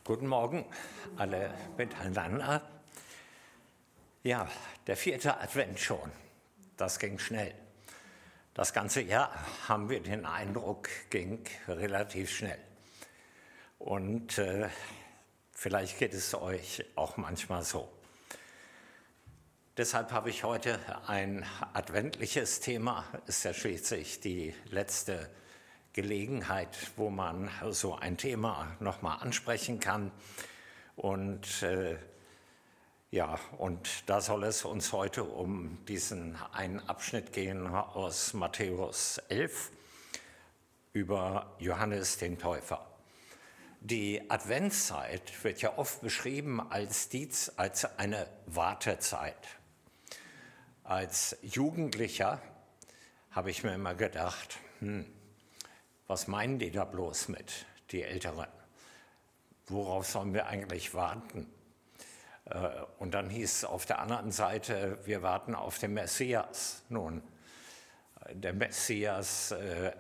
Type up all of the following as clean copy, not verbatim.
Guten Morgen, alle miteinander. Ja, der 4. Advent schon. Das ging schnell. Das ganze Jahr haben wir den Eindruck, ging relativ schnell. Und vielleicht geht es euch auch manchmal so. Deshalb habe ich heute ein adventliches Thema. Es ist ja schließlich die letzte Gelegenheit, wo man so ein Thema nochmal ansprechen kann. Und und da soll es uns heute um diesen einen Abschnitt gehen aus Matthäus 11 über Johannes den Täufer. Die Adventszeit wird ja oft beschrieben als eine Wartezeit. Als Jugendlicher habe ich mir immer gedacht, was meinen die da bloß mit, die Älteren? Worauf sollen wir eigentlich warten? Und dann hieß es auf der anderen Seite, wir warten auf den Messias. Nun, der Messias,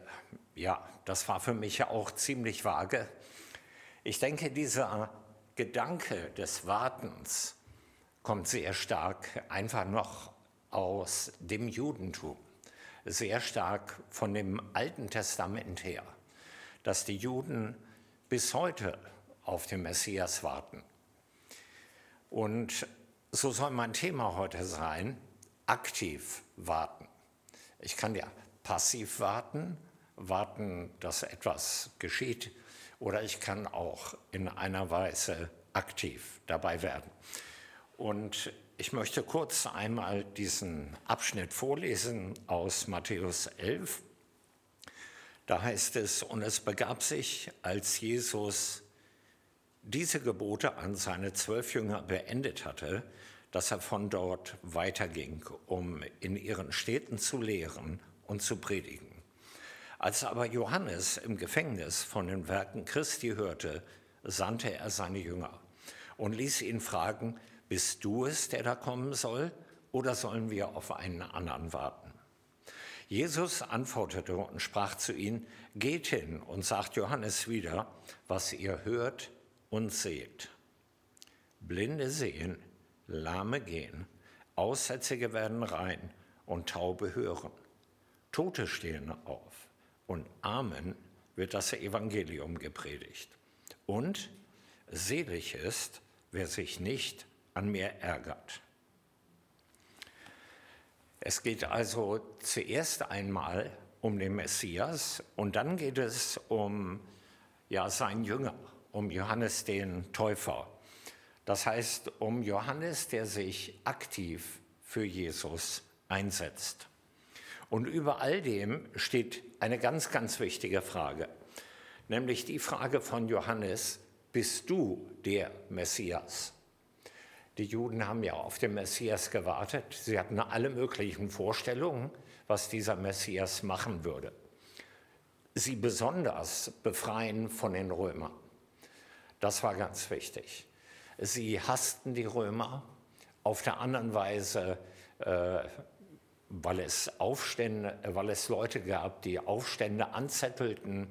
das war für mich ja auch ziemlich vage. Ich denke, dieser Gedanke des Wartens kommt sehr stark einfach noch aus dem Judentum. Sehr stark von dem Alten Testament her, dass die Juden bis heute auf den Messias warten. Und so soll mein Thema heute sein, aktiv warten. Ich kann ja passiv warten, dass etwas geschieht, oder ich kann auch in einer Weise aktiv dabei werden. Und ich möchte kurz einmal diesen Abschnitt vorlesen aus Matthäus 11. Da heißt es, und es begab sich, als Jesus diese Gebote an seine 12 Jünger beendet hatte, dass er von dort weiterging, um in ihren Städten zu lehren und zu predigen. Als aber Johannes im Gefängnis von den Werken Christi hörte, sandte er seine Jünger und ließ ihn fragen, bist du es, der da kommen soll, oder sollen wir auf einen anderen warten? Jesus antwortete und sprach zu ihnen, geht hin und sagt Johannes wieder, was ihr hört und seht. Blinde sehen, Lahme gehen, Aussätzige werden rein und Taube hören. Tote stehen auf und Armen wird das Evangelium gepredigt. Und selig ist, wer sich nicht an mir ärgert. Es geht also zuerst einmal um den Messias und dann geht es um seinen Jünger, um Johannes den Täufer. Das heißt, um Johannes, der sich aktiv für Jesus einsetzt. Und über all dem steht eine ganz, ganz wichtige Frage, nämlich die Frage von Johannes, bist du der Messias? Die Juden haben ja auf den Messias gewartet. Sie hatten alle möglichen Vorstellungen, was dieser Messias machen würde. Sie besonders befreien von den Römern. Das war ganz wichtig. Sie hassten die Römer. Auf der anderen Weise, weil es Leute gab, die Aufstände anzettelten,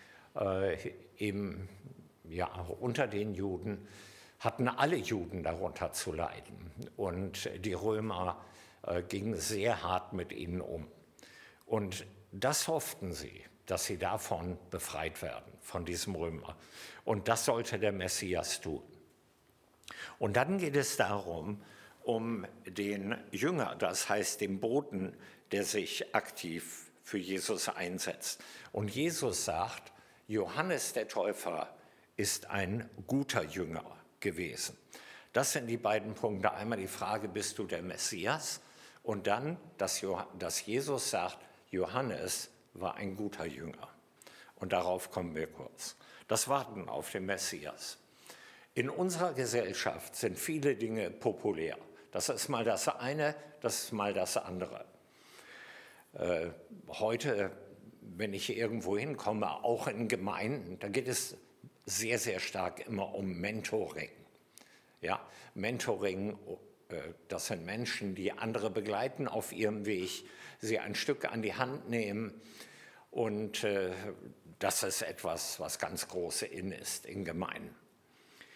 unter den Juden, hatten alle Juden darunter zu leiden. Und die Römer gingen sehr hart mit ihnen um. Und das hofften sie, dass sie davon befreit werden, von diesem Römer. Und das sollte der Messias tun. Und dann geht es darum, um den Jünger, das heißt den Boten, der sich aktiv für Jesus einsetzt. Und Jesus sagt, Johannes der Täufer ist ein guter Jünger gewesen. Das sind die beiden Punkte. Einmal die Frage, bist du der Messias? Und dann, dass Jesus sagt, Johannes war ein guter Jünger. Und darauf kommen wir kurz. Das Warten auf den Messias. In unserer Gesellschaft sind viele Dinge populär. Das ist mal das eine, das ist mal das andere. Heute, wenn ich irgendwo hinkomme, auch in Gemeinden, da geht es sehr, sehr stark immer um Mentoring. Ja, Mentoring, das sind Menschen, die andere begleiten auf ihrem Weg, sie ein Stück an die Hand nehmen. Und das ist etwas, was ganz groß in ist in Gemeinden.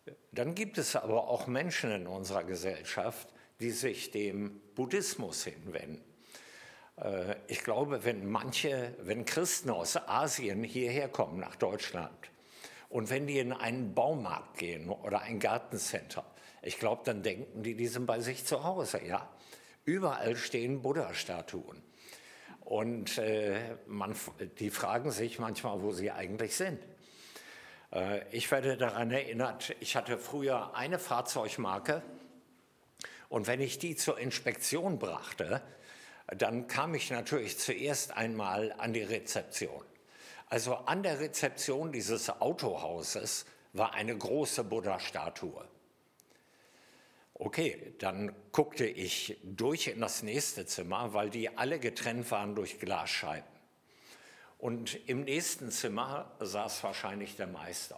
Dann gibt es aber auch Menschen in unserer Gesellschaft, die sich dem Buddhismus hinwenden. Ich glaube, wenn Christen aus Asien hierher kommen nach Deutschland und wenn die in einen Baumarkt gehen oder ein Gartencenter, ich glaube, dann denken die sind bei sich zu Hause, ja. Überall stehen Buddha-Statuen. Und die fragen sich manchmal, wo sie eigentlich sind. Ich werde daran erinnert, ich hatte früher eine Fahrzeugmarke und wenn ich die zur Inspektion brachte, dann kam ich natürlich zuerst einmal an die Rezeption. Also an der Rezeption dieses Autohauses war eine große Buddha-Statue. Okay, dann guckte ich durch in das nächste Zimmer, weil die alle getrennt waren durch Glasscheiben. Und im nächsten Zimmer saß wahrscheinlich der Meister.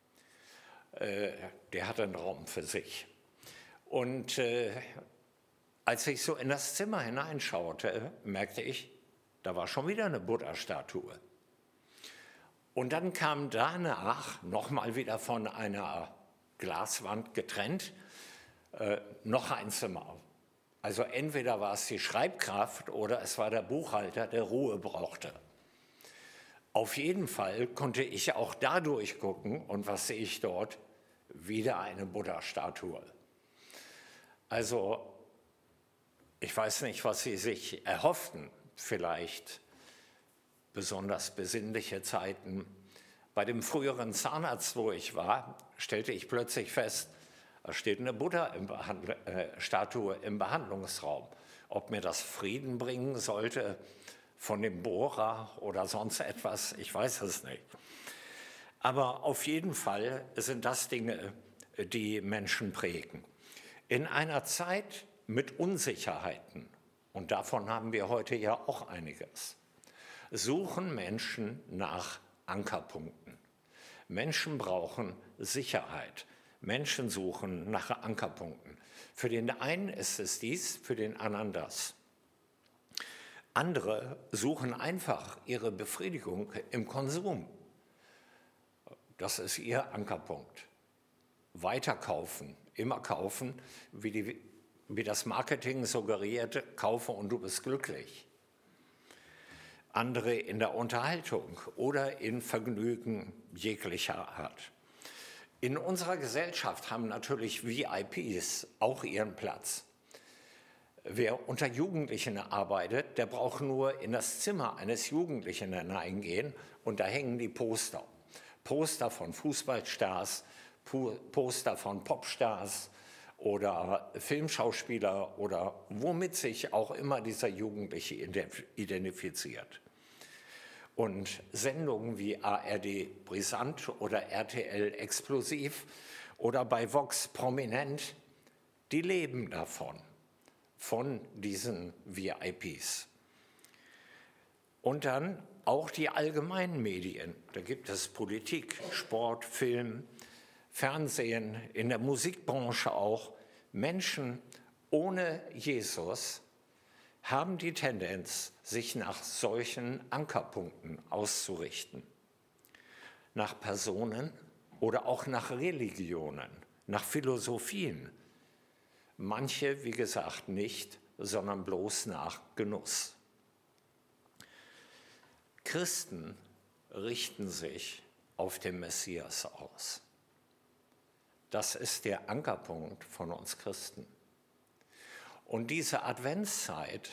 Der hatte einen Raum für sich. Und als ich so in das Zimmer hineinschaute, merkte ich, da war schon wieder eine Buddha-Statue. Und dann kam danach, nochmal wieder von einer Glaswand getrennt, noch ein Zimmer. Also entweder war es die Schreibkraft oder es war der Buchhalter, der Ruhe brauchte. Auf jeden Fall konnte ich auch da durchgucken und was sehe ich dort? Wieder eine Buddha-Statue. Also ich weiß nicht, was Sie sich erhofften, vielleicht besonders besinnliche Zeiten. Bei dem Zahnarzt, wo ich war, stellte ich plötzlich fest, da steht eine Buddha-Statue im Behandlungsraum. Ob mir das Frieden bringen sollte von dem Bohrer oder sonst etwas, ich weiß es nicht. Aber auf jeden Fall sind das Dinge, die Menschen prägen. In einer Zeit mit Unsicherheiten, und davon haben wir heute ja auch einiges, suchen Menschen nach Ankerpunkten. Menschen brauchen Sicherheit. Menschen suchen nach Ankerpunkten. Für den einen ist es dies, für den anderen das. Andere suchen einfach ihre Befriedigung im Konsum. Das ist ihr Ankerpunkt. Weiterkaufen, immer kaufen, wie das Marketing suggeriert, kaufe und du bist glücklich. Andere in der Unterhaltung oder in Vergnügen jeglicher Art. In unserer Gesellschaft haben natürlich VIPs auch ihren Platz. Wer unter Jugendlichen arbeitet, der braucht nur in das Zimmer eines Jugendlichen hineingehen und da hängen die Poster. Poster von Fußballstars, Poster von Popstars oder Filmschauspieler oder womit sich auch immer dieser Jugendliche identifiziert. Und Sendungen wie ARD Brisant oder RTL Explosiv oder bei Vox Prominent, die leben davon, von diesen VIPs. Und dann auch die allgemeinen Medien. Da gibt es Politik, Sport, Film, Fernsehen, in der Musikbranche auch. Menschen ohne Jesus haben die Tendenz, sich nach solchen Ankerpunkten auszurichten. Nach Personen oder auch nach Religionen, nach Philosophien. Manche, wie gesagt, nicht, sondern bloß nach Genuss. Christen richten sich auf den Messias aus. Das ist der Ankerpunkt von uns Christen. Und diese Adventszeit,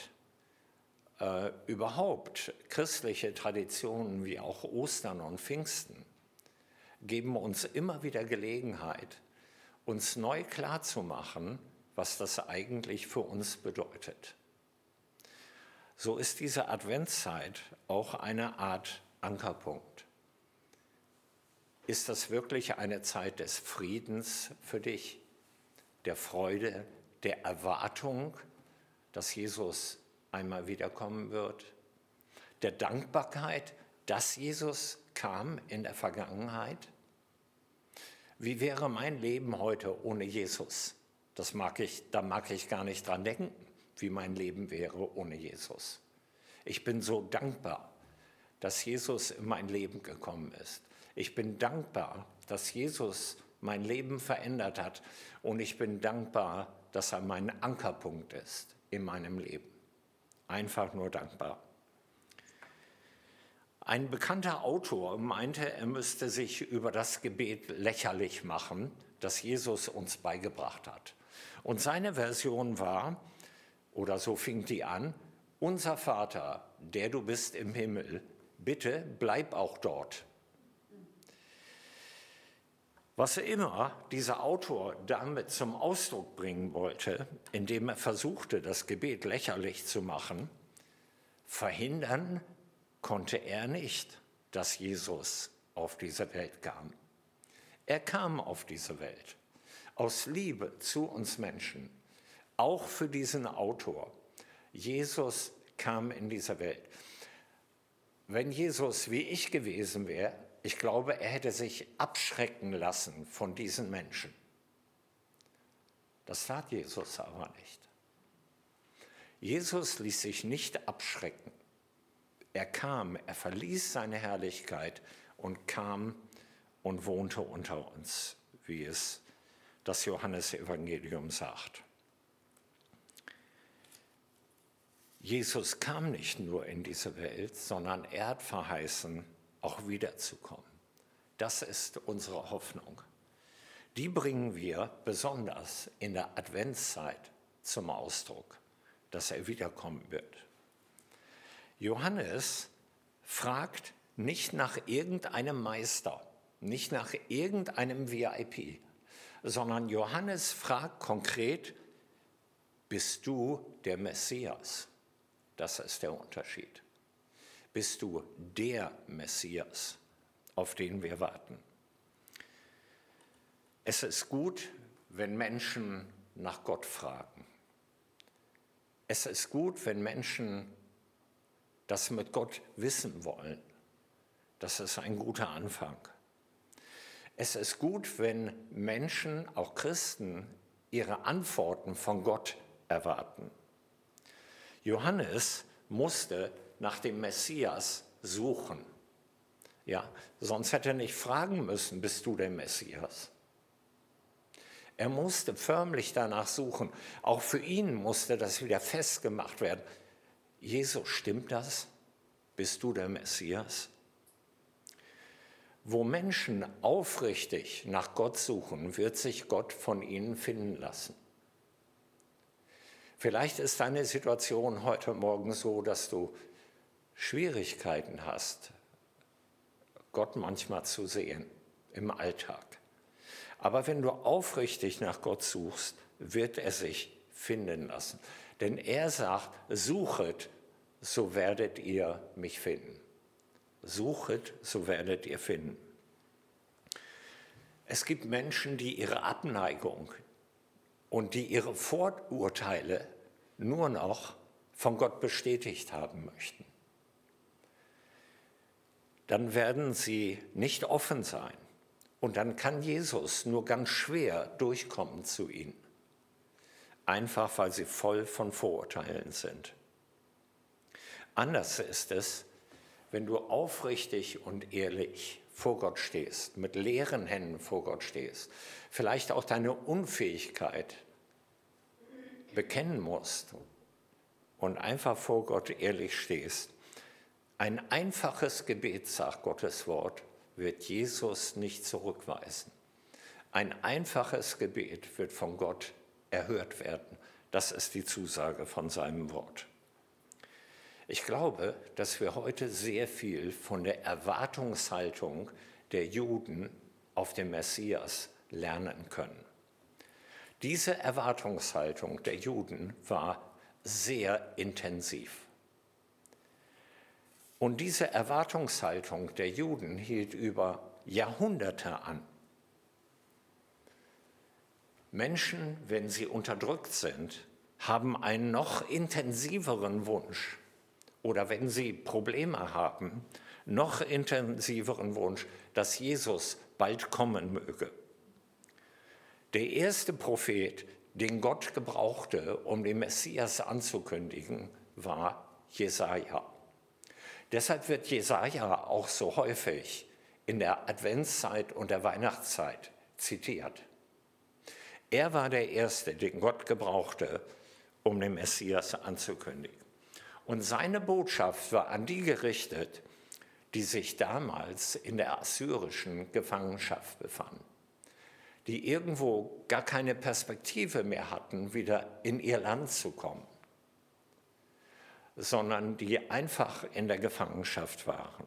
überhaupt christliche Traditionen wie auch Ostern und Pfingsten, geben uns immer wieder Gelegenheit, uns neu klarzumachen, was das eigentlich für uns bedeutet. So ist diese Adventszeit auch eine Art Ankerpunkt. Ist das wirklich eine Zeit des Friedens für dich, der Freude, der Erwartung, dass Jesus einmal wiederkommen wird, der Dankbarkeit, dass Jesus kam in der Vergangenheit? Wie wäre mein Leben heute ohne Jesus? Da mag ich gar nicht dran denken, wie mein Leben wäre ohne Jesus. Ich bin so dankbar, dass Jesus in mein Leben gekommen ist. Ich bin dankbar, dass Jesus mein Leben verändert hat. Und ich bin dankbar, dass er mein Ankerpunkt ist in meinem Leben. Einfach nur dankbar. Ein bekannter Autor meinte, er müsste sich über das Gebet lächerlich machen, das Jesus uns beigebracht hat. Und seine Version war, oder so fing die an: Unser Vater, der du bist im Himmel, bitte bleib auch dort. Was immer dieser Autor damit zum Ausdruck bringen wollte, indem er versuchte, das Gebet lächerlich zu machen, verhindern konnte er nicht, dass Jesus auf diese Welt kam. Er kam auf diese Welt aus Liebe zu uns Menschen, auch für diesen Autor. Jesus kam in diese Welt. Wenn Jesus wie ich gewesen wäre, ich glaube, er hätte sich abschrecken lassen von diesen Menschen. Das tat Jesus aber nicht. Jesus ließ sich nicht abschrecken. Er kam, er verließ seine Herrlichkeit und kam und wohnte unter uns, wie es das Johannesevangelium sagt. Jesus kam nicht nur in diese Welt, sondern er hat verheißen, auch wiederzukommen. Das ist unsere Hoffnung. Die bringen wir besonders in der Adventszeit zum Ausdruck, dass er wiederkommen wird. Johannes fragt nicht nach irgendeinem Meister, nicht nach irgendeinem VIP, sondern Johannes fragt konkret: Bist du der Messias? Das ist der Unterschied. Bist du der Messias, auf den wir warten? Es ist gut, wenn Menschen nach Gott fragen. Es ist gut, wenn Menschen das mit Gott wissen wollen. Das ist ein guter Anfang. Es ist gut, wenn Menschen, auch Christen, ihre Antworten von Gott erwarten. Johannes musste nach dem Messias suchen. Ja, sonst hätte er nicht fragen müssen: Bist du der Messias? Er musste förmlich danach suchen. Auch für ihn musste das wieder festgemacht werden. Jesus, stimmt das? Bist du der Messias? Wo Menschen aufrichtig nach Gott suchen, wird sich Gott von ihnen finden lassen. Vielleicht ist deine Situation heute Morgen so, dass du Schwierigkeiten hast, Gott manchmal zu sehen im Alltag. Aber wenn du aufrichtig nach Gott suchst, wird er sich finden lassen. Denn er sagt: Suchet, so werdet ihr mich finden. Suchet, so werdet ihr finden. Es gibt Menschen, die ihre Abneigung und die ihre Vorurteile nur noch von Gott bestätigt haben möchten. Dann werden sie nicht offen sein. Und dann kann Jesus nur ganz schwer durchkommen zu ihnen. Einfach weil sie voll von Vorurteilen sind. Anders ist es, wenn du aufrichtig und ehrlich vor Gott stehst, mit leeren Händen vor Gott stehst, vielleicht auch deine Unfähigkeit bekennen musst und einfach vor Gott ehrlich stehst. Ein einfaches Gebet, sagt Gottes Wort, wird Jesus nicht zurückweisen. Ein einfaches Gebet wird von Gott erhört werden. Das ist die Zusage von seinem Wort. Ich glaube, dass wir heute sehr viel von der Erwartungshaltung der Juden auf den Messias lernen können. Diese Erwartungshaltung der Juden war sehr intensiv. Und diese Erwartungshaltung der Juden hielt über Jahrhunderte an. Menschen, wenn sie unterdrückt sind, haben einen noch intensiveren Wunsch, oder wenn sie Probleme haben, noch intensiveren Wunsch, dass Jesus bald kommen möge. Der erste Prophet, den Gott gebrauchte, um den Messias anzukündigen, war Jesaja. Deshalb wird Jesaja auch so häufig in der Adventszeit und der Weihnachtszeit zitiert. Er war der Erste, den Gott gebrauchte, um den Messias anzukündigen. Und seine Botschaft war an die gerichtet, die sich damals in der assyrischen Gefangenschaft befanden, die irgendwo gar keine Perspektive mehr hatten, wieder in ihr Land zu kommen, sondern die einfach in der Gefangenschaft waren.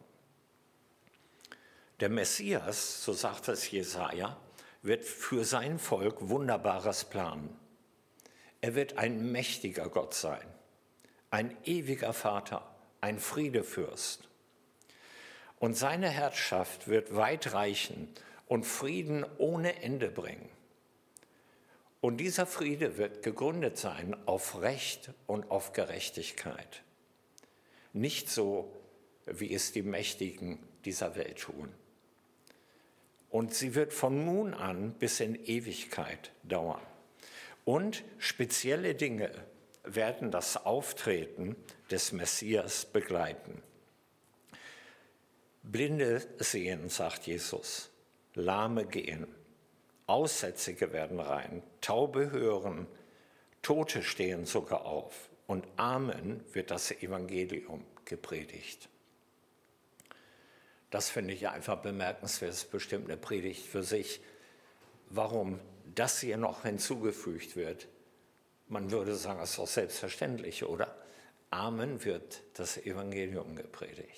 Der Messias, so sagt es Jesaja, wird für sein Volk Wunderbares planen. Er wird ein mächtiger Gott sein, ein ewiger Vater, ein Friedefürst. Und seine Herrschaft wird weit reichen und Frieden ohne Ende bringen. Und dieser Friede wird gegründet sein auf Recht und auf Gerechtigkeit. Nicht so, wie es die Mächtigen dieser Welt tun. Und sie wird von nun an bis in Ewigkeit dauern. Und spezielle Dinge werden das Auftreten des Messias begleiten. Blinde sehen, sagt Jesus, Lahme gehen, Aussätzige werden rein, Taube hören, Tote stehen sogar auf und Armen wird das Evangelium gepredigt. Das finde ich einfach bemerkenswert, das ist bestimmt eine Predigt für sich. Warum das hier noch hinzugefügt wird, man würde sagen, das ist doch selbstverständlich, oder? Armen wird das Evangelium gepredigt.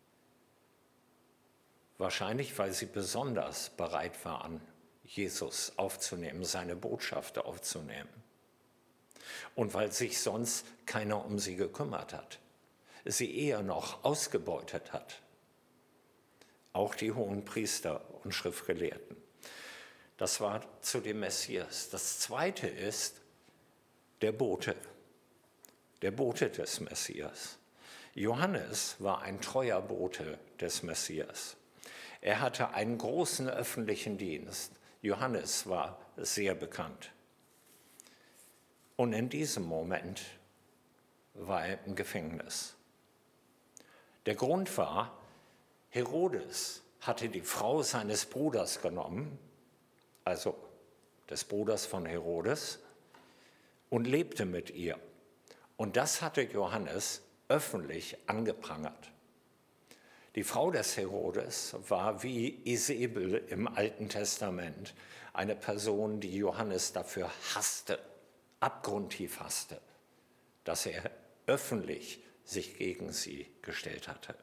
Wahrscheinlich, weil sie besonders bereit waren, Jesus aufzunehmen, seine Botschaft aufzunehmen. Und weil sich sonst keiner um sie gekümmert hat, sie eher noch ausgebeutet hat. Auch die hohen Priester und Schriftgelehrten. Das war zu dem Messias. Das Zweite ist der Bote des Messias. Johannes war ein treuer Bote des Messias. Er hatte einen großen öffentlichen Dienst. Johannes war sehr bekannt. Und in diesem Moment war er im Gefängnis. Der Grund war, Herodes hatte die Frau seines Bruders genommen, also des Bruders von Herodes, und lebte mit ihr. Und das hatte Johannes öffentlich angeprangert. Die Frau des Herodes war wie Isabel im Alten Testament, eine Person, die Johannes dafür hasste, abgrundtief hasste, dass er öffentlich sich gegen sie gestellt hatte.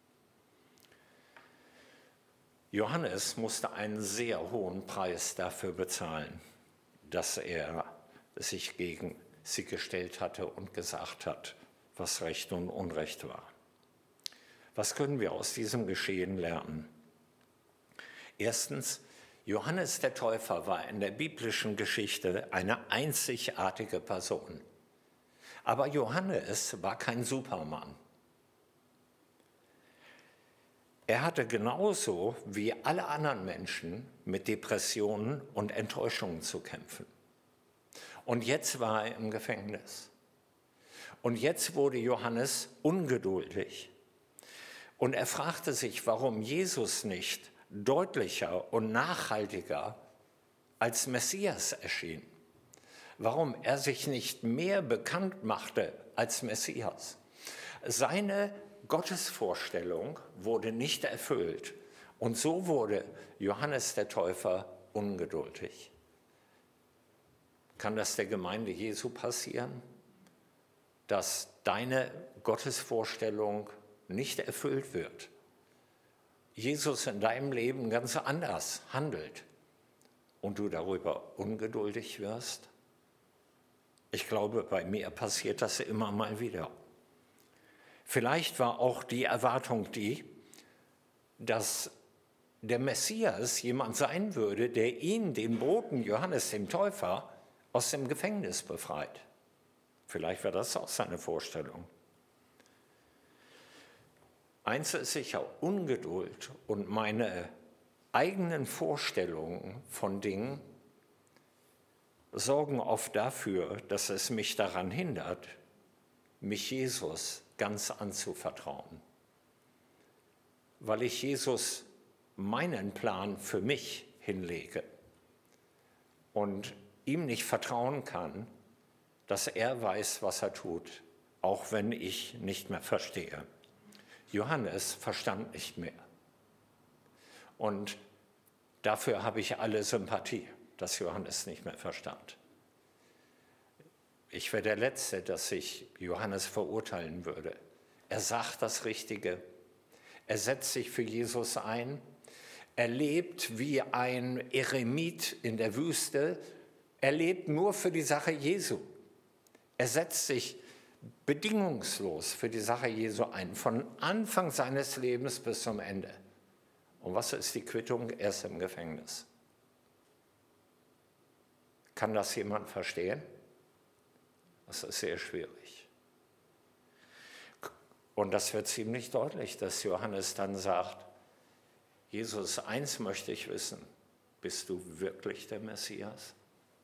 Johannes musste einen sehr hohen Preis dafür bezahlen, dass er sich gegen sie gestellt hatte und gesagt hat, was Recht und Unrecht war. Was können wir aus diesem Geschehen lernen? Erstens, Johannes der Täufer war in der biblischen Geschichte eine einzigartige Person. Aber Johannes war kein Supermann. Er hatte genauso wie alle anderen Menschen mit Depressionen und Enttäuschungen zu kämpfen. Und jetzt war er im Gefängnis. Und jetzt wurde Johannes ungeduldig. Und er fragte sich, warum Jesus nicht deutlicher und nachhaltiger als Messias erschien. Warum er sich nicht mehr bekannt machte als Messias. Seine Gottesvorstellung wurde nicht erfüllt. Und so wurde Johannes der Täufer ungeduldig. Kann das der Gemeinde Jesu passieren? Dass deine Gottesvorstellung nicht erfüllt wird. Jesus in deinem Leben ganz anders handelt und du darüber ungeduldig wirst? Ich glaube, bei mir passiert das immer mal wieder. Vielleicht war auch die Erwartung die, dass der Messias jemand sein würde, der ihn, den Boten Johannes dem Täufer, aus dem Gefängnis befreit. Vielleicht war das auch seine Vorstellung. Eins ist sicher, Ungeduld und meine eigenen Vorstellungen von Dingen sorgen oft dafür, dass es mich daran hindert, mich Jesus ganz anzuvertrauen. Weil ich Jesus meinen Plan für mich hinlege und ihm nicht vertrauen kann, dass er weiß, was er tut, auch wenn ich nicht mehr verstehe. Johannes verstand nicht mehr. Und dafür habe ich alle Sympathie, dass Johannes nicht mehr verstand. Ich wäre der Letzte, dass ich Johannes verurteilen würde. Er sagt das Richtige. Er setzt sich für Jesus ein. Er lebt wie ein Eremit in der Wüste. Er lebt nur für die Sache Jesu. Er setzt sich bedingungslos für die Sache Jesu ein, von Anfang seines Lebens bis zum Ende. Und was ist die Quittung? Er ist im Gefängnis. Kann das jemand verstehen? Das ist sehr schwierig. Und das wird ziemlich deutlich, dass Johannes dann sagt, Jesus, eins möchte ich wissen, bist du wirklich der Messias?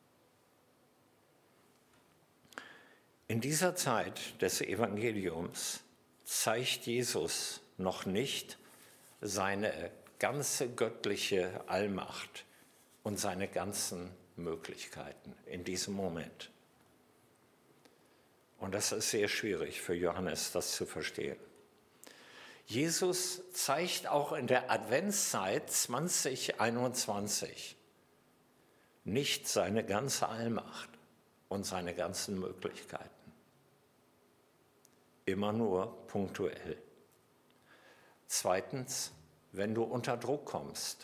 In dieser Zeit des Evangeliums zeigt Jesus noch nicht seine ganze göttliche Allmacht und seine ganzen Möglichkeiten in diesem Moment. Und das ist sehr schwierig für Johannes, das zu verstehen. Jesus zeigt auch in der Adventszeit 2021 nicht seine ganze Allmacht und seine ganzen Möglichkeiten. Immer nur punktuell. Zweitens, wenn du unter Druck kommst,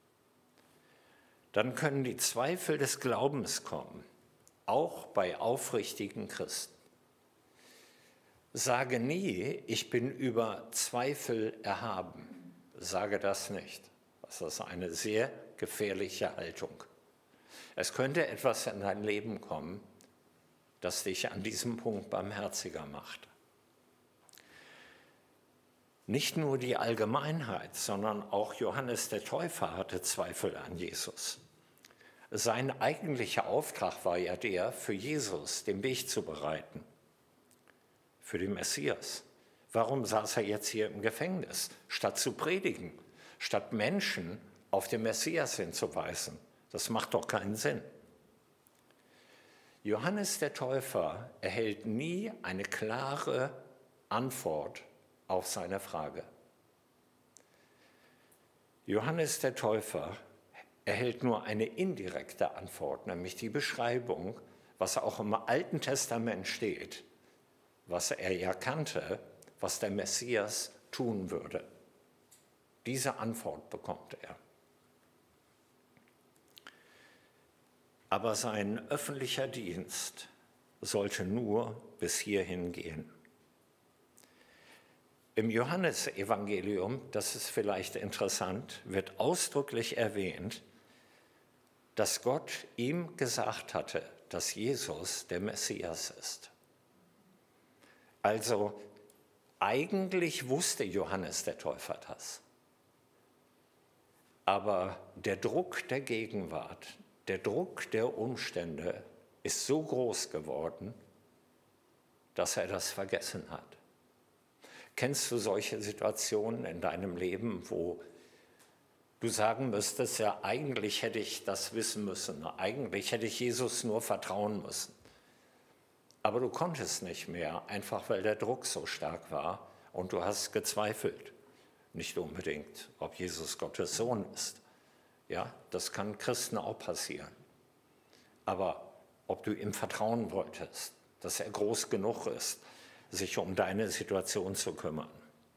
dann können die Zweifel des Glaubens kommen, auch bei aufrichtigen Christen. Sage nie, ich bin über Zweifel erhaben. Sage das nicht. Das ist eine sehr gefährliche Haltung. Es könnte etwas in dein Leben kommen, das dich an diesem Punkt barmherziger macht. Nicht nur die Allgemeinheit, sondern auch Johannes der Täufer hatte Zweifel an Jesus. Sein eigentlicher Auftrag war ja der, für Jesus den Weg zu bereiten, für den Messias. Warum saß er jetzt hier im Gefängnis, statt zu predigen, statt Menschen auf den Messias hinzuweisen? Das macht doch keinen Sinn. Johannes der Täufer erhält nie eine klare Antwort auf seine Frage. Johannes der Täufer erhält nur eine indirekte Antwort, nämlich die Beschreibung, was auch im Alten Testament steht, was er ja kannte, was der Messias tun würde. Diese Antwort bekommt er. Aber sein öffentlicher Dienst sollte nur bis hierhin gehen. Im Johannesevangelium, das ist vielleicht interessant, wird ausdrücklich erwähnt, dass Gott ihm gesagt hatte, dass Jesus der Messias ist. Also eigentlich wusste Johannes der Täufer das. Aber der Druck der Gegenwart, der Druck der Umstände ist so groß geworden, dass er das vergessen hat. Kennst du solche Situationen in deinem Leben, wo du sagen müsstest, ja, eigentlich hätte ich das wissen müssen, eigentlich hätte ich Jesus nur vertrauen müssen. Aber du konntest nicht mehr, einfach weil der Druck so stark war und du hast gezweifelt. Nicht unbedingt, ob Jesus Gottes Sohn ist. Ja, das kann Christen auch passieren. Aber ob du ihm vertrauen wolltest, dass er groß genug ist, sich um deine Situation zu kümmern.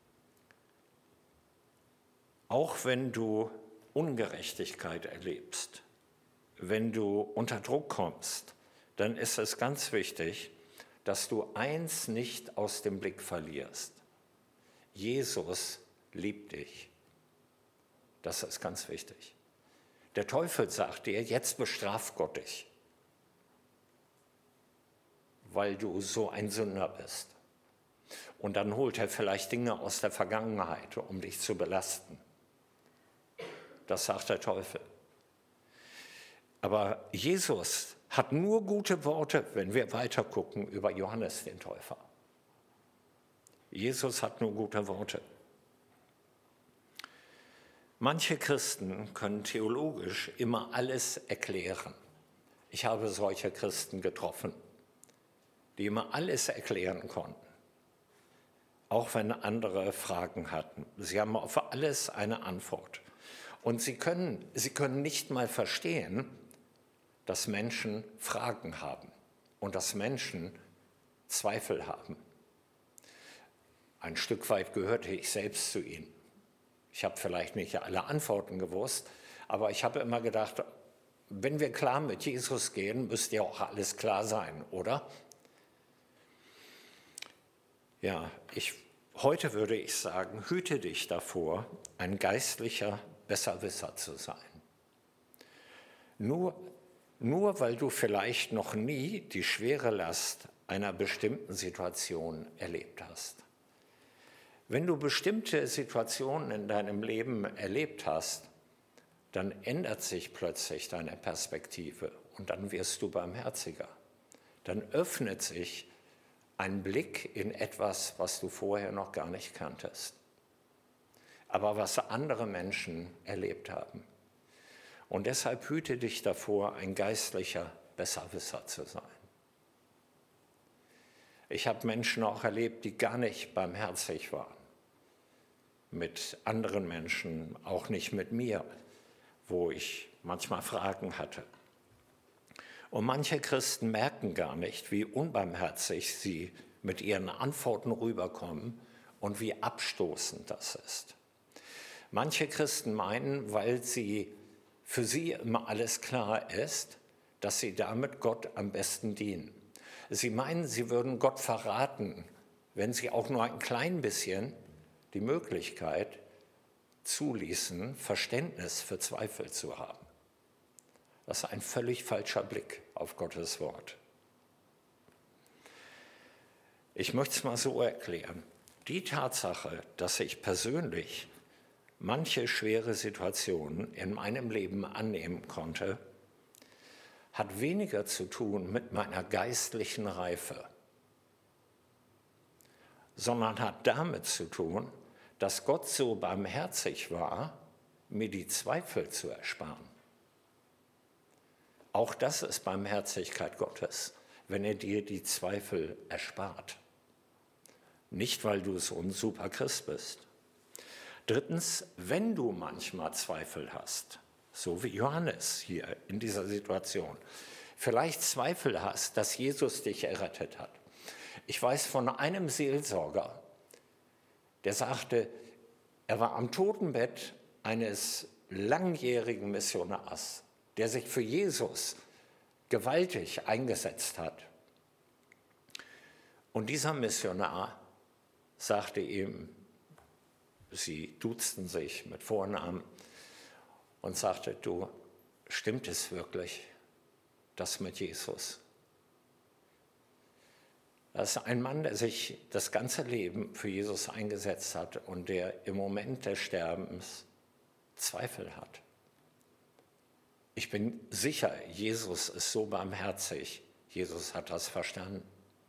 Auch wenn du Ungerechtigkeit erlebst, wenn du unter Druck kommst, dann ist es ganz wichtig, dass du eins nicht aus dem Blick verlierst. Jesus liebt dich. Das ist ganz wichtig. Der Teufel sagt dir, jetzt bestraft Gott dich, weil du so ein Sünder bist. Und dann holt er vielleicht Dinge aus der Vergangenheit, um dich zu belasten. Das sagt der Teufel. Aber Jesus hat nur gute Worte, wenn wir weiter gucken über Johannes den Täufer. Jesus hat nur gute Worte. Manche Christen können theologisch immer alles erklären. Ich habe solche Christen getroffen, die immer alles erklären konnten, auch wenn andere Fragen hatten. Sie haben auf alles eine Antwort. Und sie können nicht mal verstehen, dass Menschen Fragen haben und dass Menschen Zweifel haben. Ein Stück weit gehörte ich selbst zu ihnen. Ich habe vielleicht nicht alle Antworten gewusst, aber ich habe immer gedacht, wenn wir klar mit Jesus gehen, müsste ja auch alles klar sein, oder? Ja, heute würde ich sagen, hüte dich davor, ein geistlicher Besserwisser zu sein. Nur weil du vielleicht noch nie die schwere Last einer bestimmten Situation erlebt hast. Wenn du bestimmte Situationen in deinem Leben erlebt hast, dann ändert sich plötzlich deine Perspektive und dann wirst du barmherziger. Dann öffnet sich ein Blick in etwas, was du vorher noch gar nicht kanntest, aber was andere Menschen erlebt haben. Und deshalb hüte dich davor, ein geistlicher Besserwisser zu sein. Ich habe Menschen auch erlebt, die gar nicht barmherzig waren. Mit anderen Menschen, auch nicht mit mir, wo ich manchmal Fragen hatte. Und manche Christen merken gar nicht, wie unbarmherzig sie mit ihren Antworten rüberkommen und wie abstoßend das ist. Manche Christen meinen, weil für sie immer alles klar ist, dass sie damit Gott am besten dienen. Sie meinen, sie würden Gott verraten, wenn sie auch nur ein klein bisschen die Möglichkeit zuließen, Verständnis für Zweifel zu haben. Das ist ein völlig falscher Blick auf Gottes Wort. Ich möchte es mal so erklären. Die Tatsache, dass ich persönlich manche schwere Situationen in meinem Leben annehmen konnte, hat weniger zu tun mit meiner geistlichen Reife, sondern hat damit zu tun, dass Gott so barmherzig war, mir die Zweifel zu ersparen. Auch das ist Barmherzigkeit Gottes, wenn er dir die Zweifel erspart. Nicht, weil du so ein super Christ bist. Drittens, wenn du manchmal Zweifel hast, so wie Johannes hier in dieser Situation, vielleicht Zweifel hast, dass Jesus dich errettet hat. Ich weiß von einem Seelsorger, der sagte, er war am Totenbett eines langjährigen Missionars, der sich für Jesus gewaltig eingesetzt hat. Und dieser Missionar sagte ihm, sie duzten sich mit Vornamen und sagte, du, stimmt es wirklich, das mit Jesus? Das ist ein Mann, der sich das ganze Leben für Jesus eingesetzt hat und der im Moment des Sterbens Zweifel hat. Ich bin sicher, Jesus ist so barmherzig. Jesus hat das verstanden.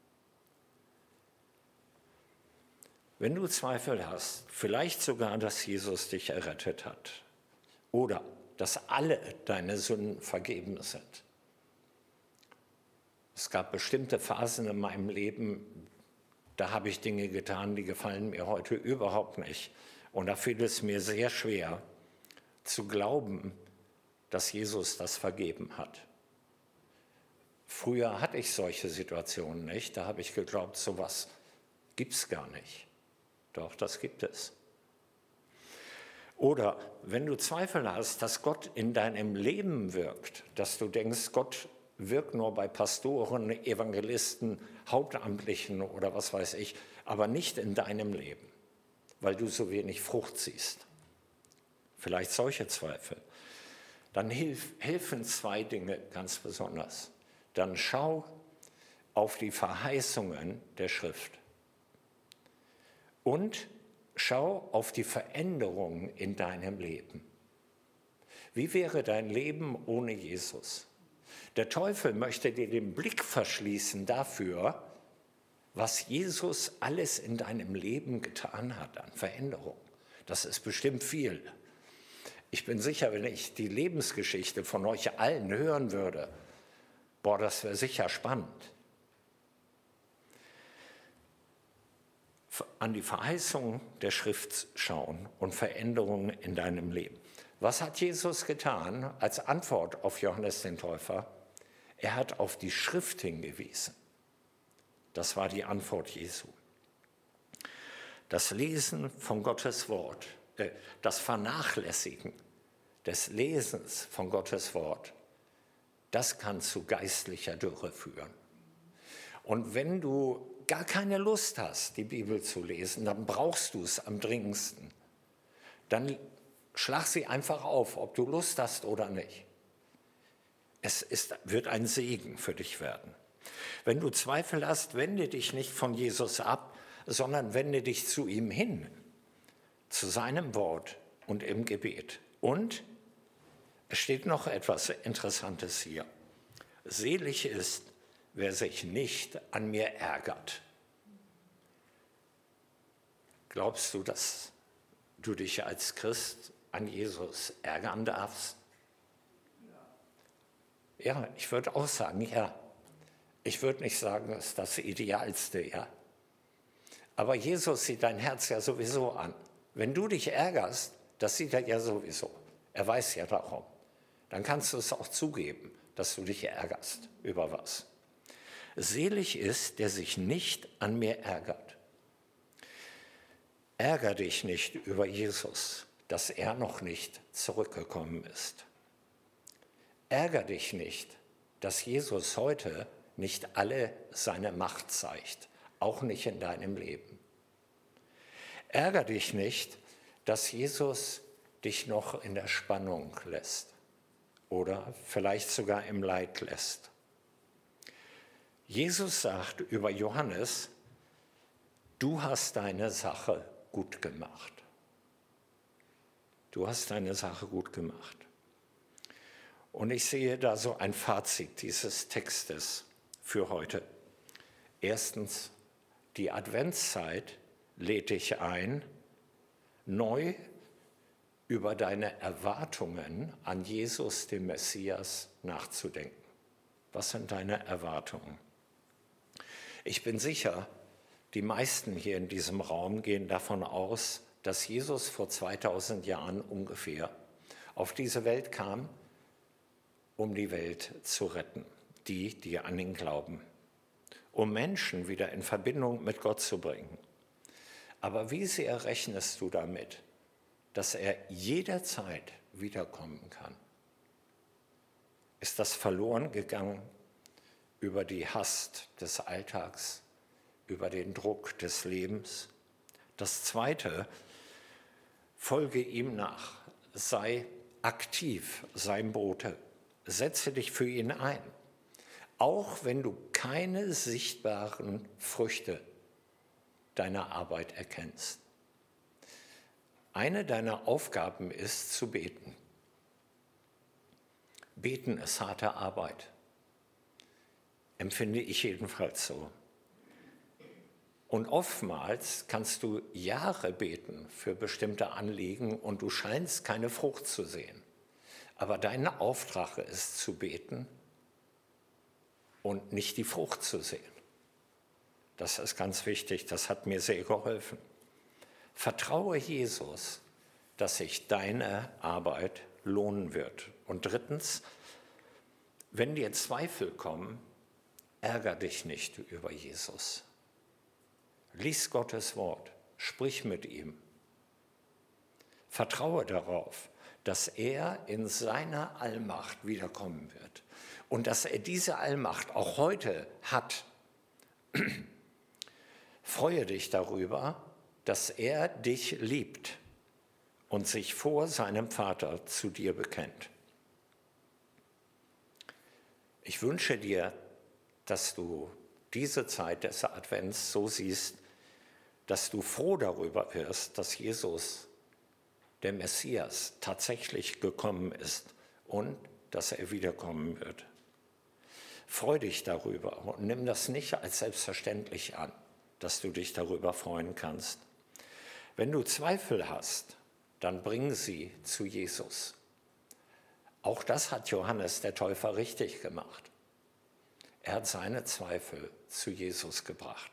Wenn du Zweifel hast, vielleicht sogar, dass Jesus dich errettet hat oder dass alle deine Sünden vergeben sind. Es gab bestimmte Phasen in meinem Leben, da habe ich Dinge getan, die gefallen mir heute überhaupt nicht. Und da fiel es mir sehr schwer zu glauben, dass Jesus das vergeben hat. Früher hatte ich solche Situationen nicht, da habe ich geglaubt, sowas gibt es gar nicht. Doch, das gibt es. Oder wenn du Zweifel hast, dass Gott in deinem Leben wirkt, dass du denkst, Gott wirkt nur bei Pastoren, Evangelisten, Hauptamtlichen oder was weiß ich, aber nicht in deinem Leben, weil du so wenig Frucht siehst. Vielleicht solche Zweifel. Dann helfen zwei Dinge ganz besonders. Dann schau auf die Verheißungen der Schrift. Und schau auf die Veränderungen in deinem Leben. Wie wäre dein Leben ohne Jesus? Der Teufel möchte dir den Blick verschließen dafür, was Jesus alles in deinem Leben getan hat an Veränderung. Das ist bestimmt viel. Ich bin sicher, wenn ich die Lebensgeschichte von euch allen hören würde, Boah, das wäre sicher spannend. An die Verheißungen der Schrift schauen und Veränderungen in deinem Leben. Was hat Jesus getan als Antwort auf Johannes den Täufer? Er hat auf die Schrift hingewiesen. Das war die Antwort Jesu. Das Lesen von Gottes Wort, das Vernachlässigen des Lesens von Gottes Wort, das kann zu geistlicher Dürre führen. Und wenn du gar keine Lust hast, die Bibel zu lesen, dann brauchst du es am dringendsten. Dann schlag sie einfach auf, ob du Lust hast oder nicht. Wird ein Segen für dich werden. Wenn du Zweifel hast, wende dich nicht von Jesus ab, sondern wende dich zu ihm hin, zu seinem Wort und im Gebet. Und es steht noch etwas Interessantes hier. Selig ist, wer sich nicht an mir ärgert. Glaubst du, dass du dich als Christ an Jesus ärgern darfst? Ja, ich würde auch sagen, ja. Ich würde nicht sagen, das ist das Idealste, ja. Aber Jesus sieht dein Herz ja sowieso an. Wenn du dich ärgerst, das sieht er ja sowieso. Er weiß ja darum. Dann kannst du es auch zugeben, dass du dich ärgerst über was. Selig ist, der sich nicht an mir ärgert. Ärger dich nicht über Jesus, dass er noch nicht zurückgekommen ist. Ärger dich nicht, dass Jesus heute nicht alle seine Macht zeigt, auch nicht in deinem Leben. Ärger dich nicht, dass Jesus dich noch in der Spannung lässt oder vielleicht sogar im Leid lässt. Jesus sagt über Johannes, du hast deine Sache gut gemacht. Du hast deine Sache gut gemacht. Und ich sehe da so ein Fazit dieses Textes für heute. Erstens, die Adventszeit lädt dich ein, neu über deine Erwartungen an Jesus, den Messias, nachzudenken. Was sind deine Erwartungen? Ich bin sicher, die meisten hier in diesem Raum gehen davon aus, dass Jesus vor 2000 Jahren ungefähr auf diese Welt kam, um die Welt zu retten, die an ihn glauben, um Menschen wieder in Verbindung mit Gott zu bringen. Aber wie sehr rechnest du damit, dass er jederzeit wiederkommen kann? Ist das verloren gegangen über die Hast des Alltags, über den Druck des Lebens? Das Zweite, folge ihm nach, sei aktiv, sei Bote. Setze dich für ihn ein, auch wenn du keine sichtbaren Früchte deiner Arbeit erkennst. Eine deiner Aufgaben ist zu beten. Beten ist harte Arbeit, empfinde ich jedenfalls so. Und oftmals kannst du Jahre beten für bestimmte Anliegen und du scheinst keine Frucht zu sehen. Aber dein Auftrag ist zu beten und nicht die Frucht zu sehen. Das ist ganz wichtig, das hat mir sehr geholfen. Vertraue Jesus, dass sich deine Arbeit lohnen wird. Und drittens, wenn dir Zweifel kommen, ärger dich nicht über Jesus. Lies Gottes Wort, sprich mit ihm. Vertraue darauf, dass er in seiner Allmacht wiederkommen wird und dass er diese Allmacht auch heute hat. Freue dich darüber, dass er dich liebt und sich vor seinem Vater zu dir bekennt. Ich wünsche dir, dass du diese Zeit des Advents so siehst, dass du froh darüber wirst, dass Jesus, der Messias, tatsächlich gekommen ist und dass er wiederkommen wird. Freu dich darüber und nimm das nicht als selbstverständlich an, dass du dich darüber freuen kannst. Wenn du Zweifel hast, dann bring sie zu Jesus. Auch das hat Johannes der Täufer richtig gemacht. Er hat seine Zweifel zu Jesus gebracht.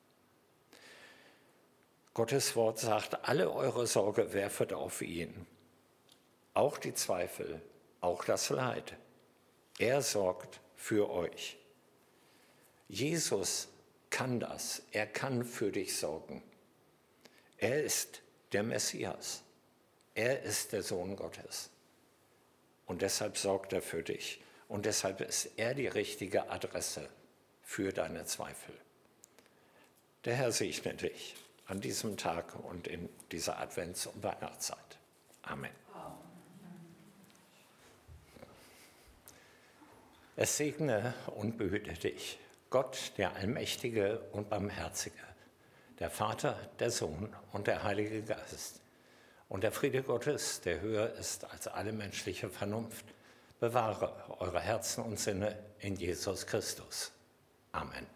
Gottes Wort sagt, alle eure Sorge werfet auf ihn. Auch die Zweifel, auch das Leid. Er sorgt für euch. Jesus kann das. Er kann für dich sorgen. Er ist der Messias. Er ist der Sohn Gottes. Und deshalb sorgt er für dich. Und deshalb ist er die richtige Adresse für deine Zweifel. Der Herr segne dich an diesem Tag und in dieser Advents- und Weihnachtszeit. Amen. Es segne und behüte dich, Gott, der Allmächtige und Barmherzige, der Vater, der Sohn und der Heilige Geist. Und der Friede Gottes, der höher ist als alle menschliche Vernunft, bewahre eure Herzen und Sinne in Jesus Christus. Amen.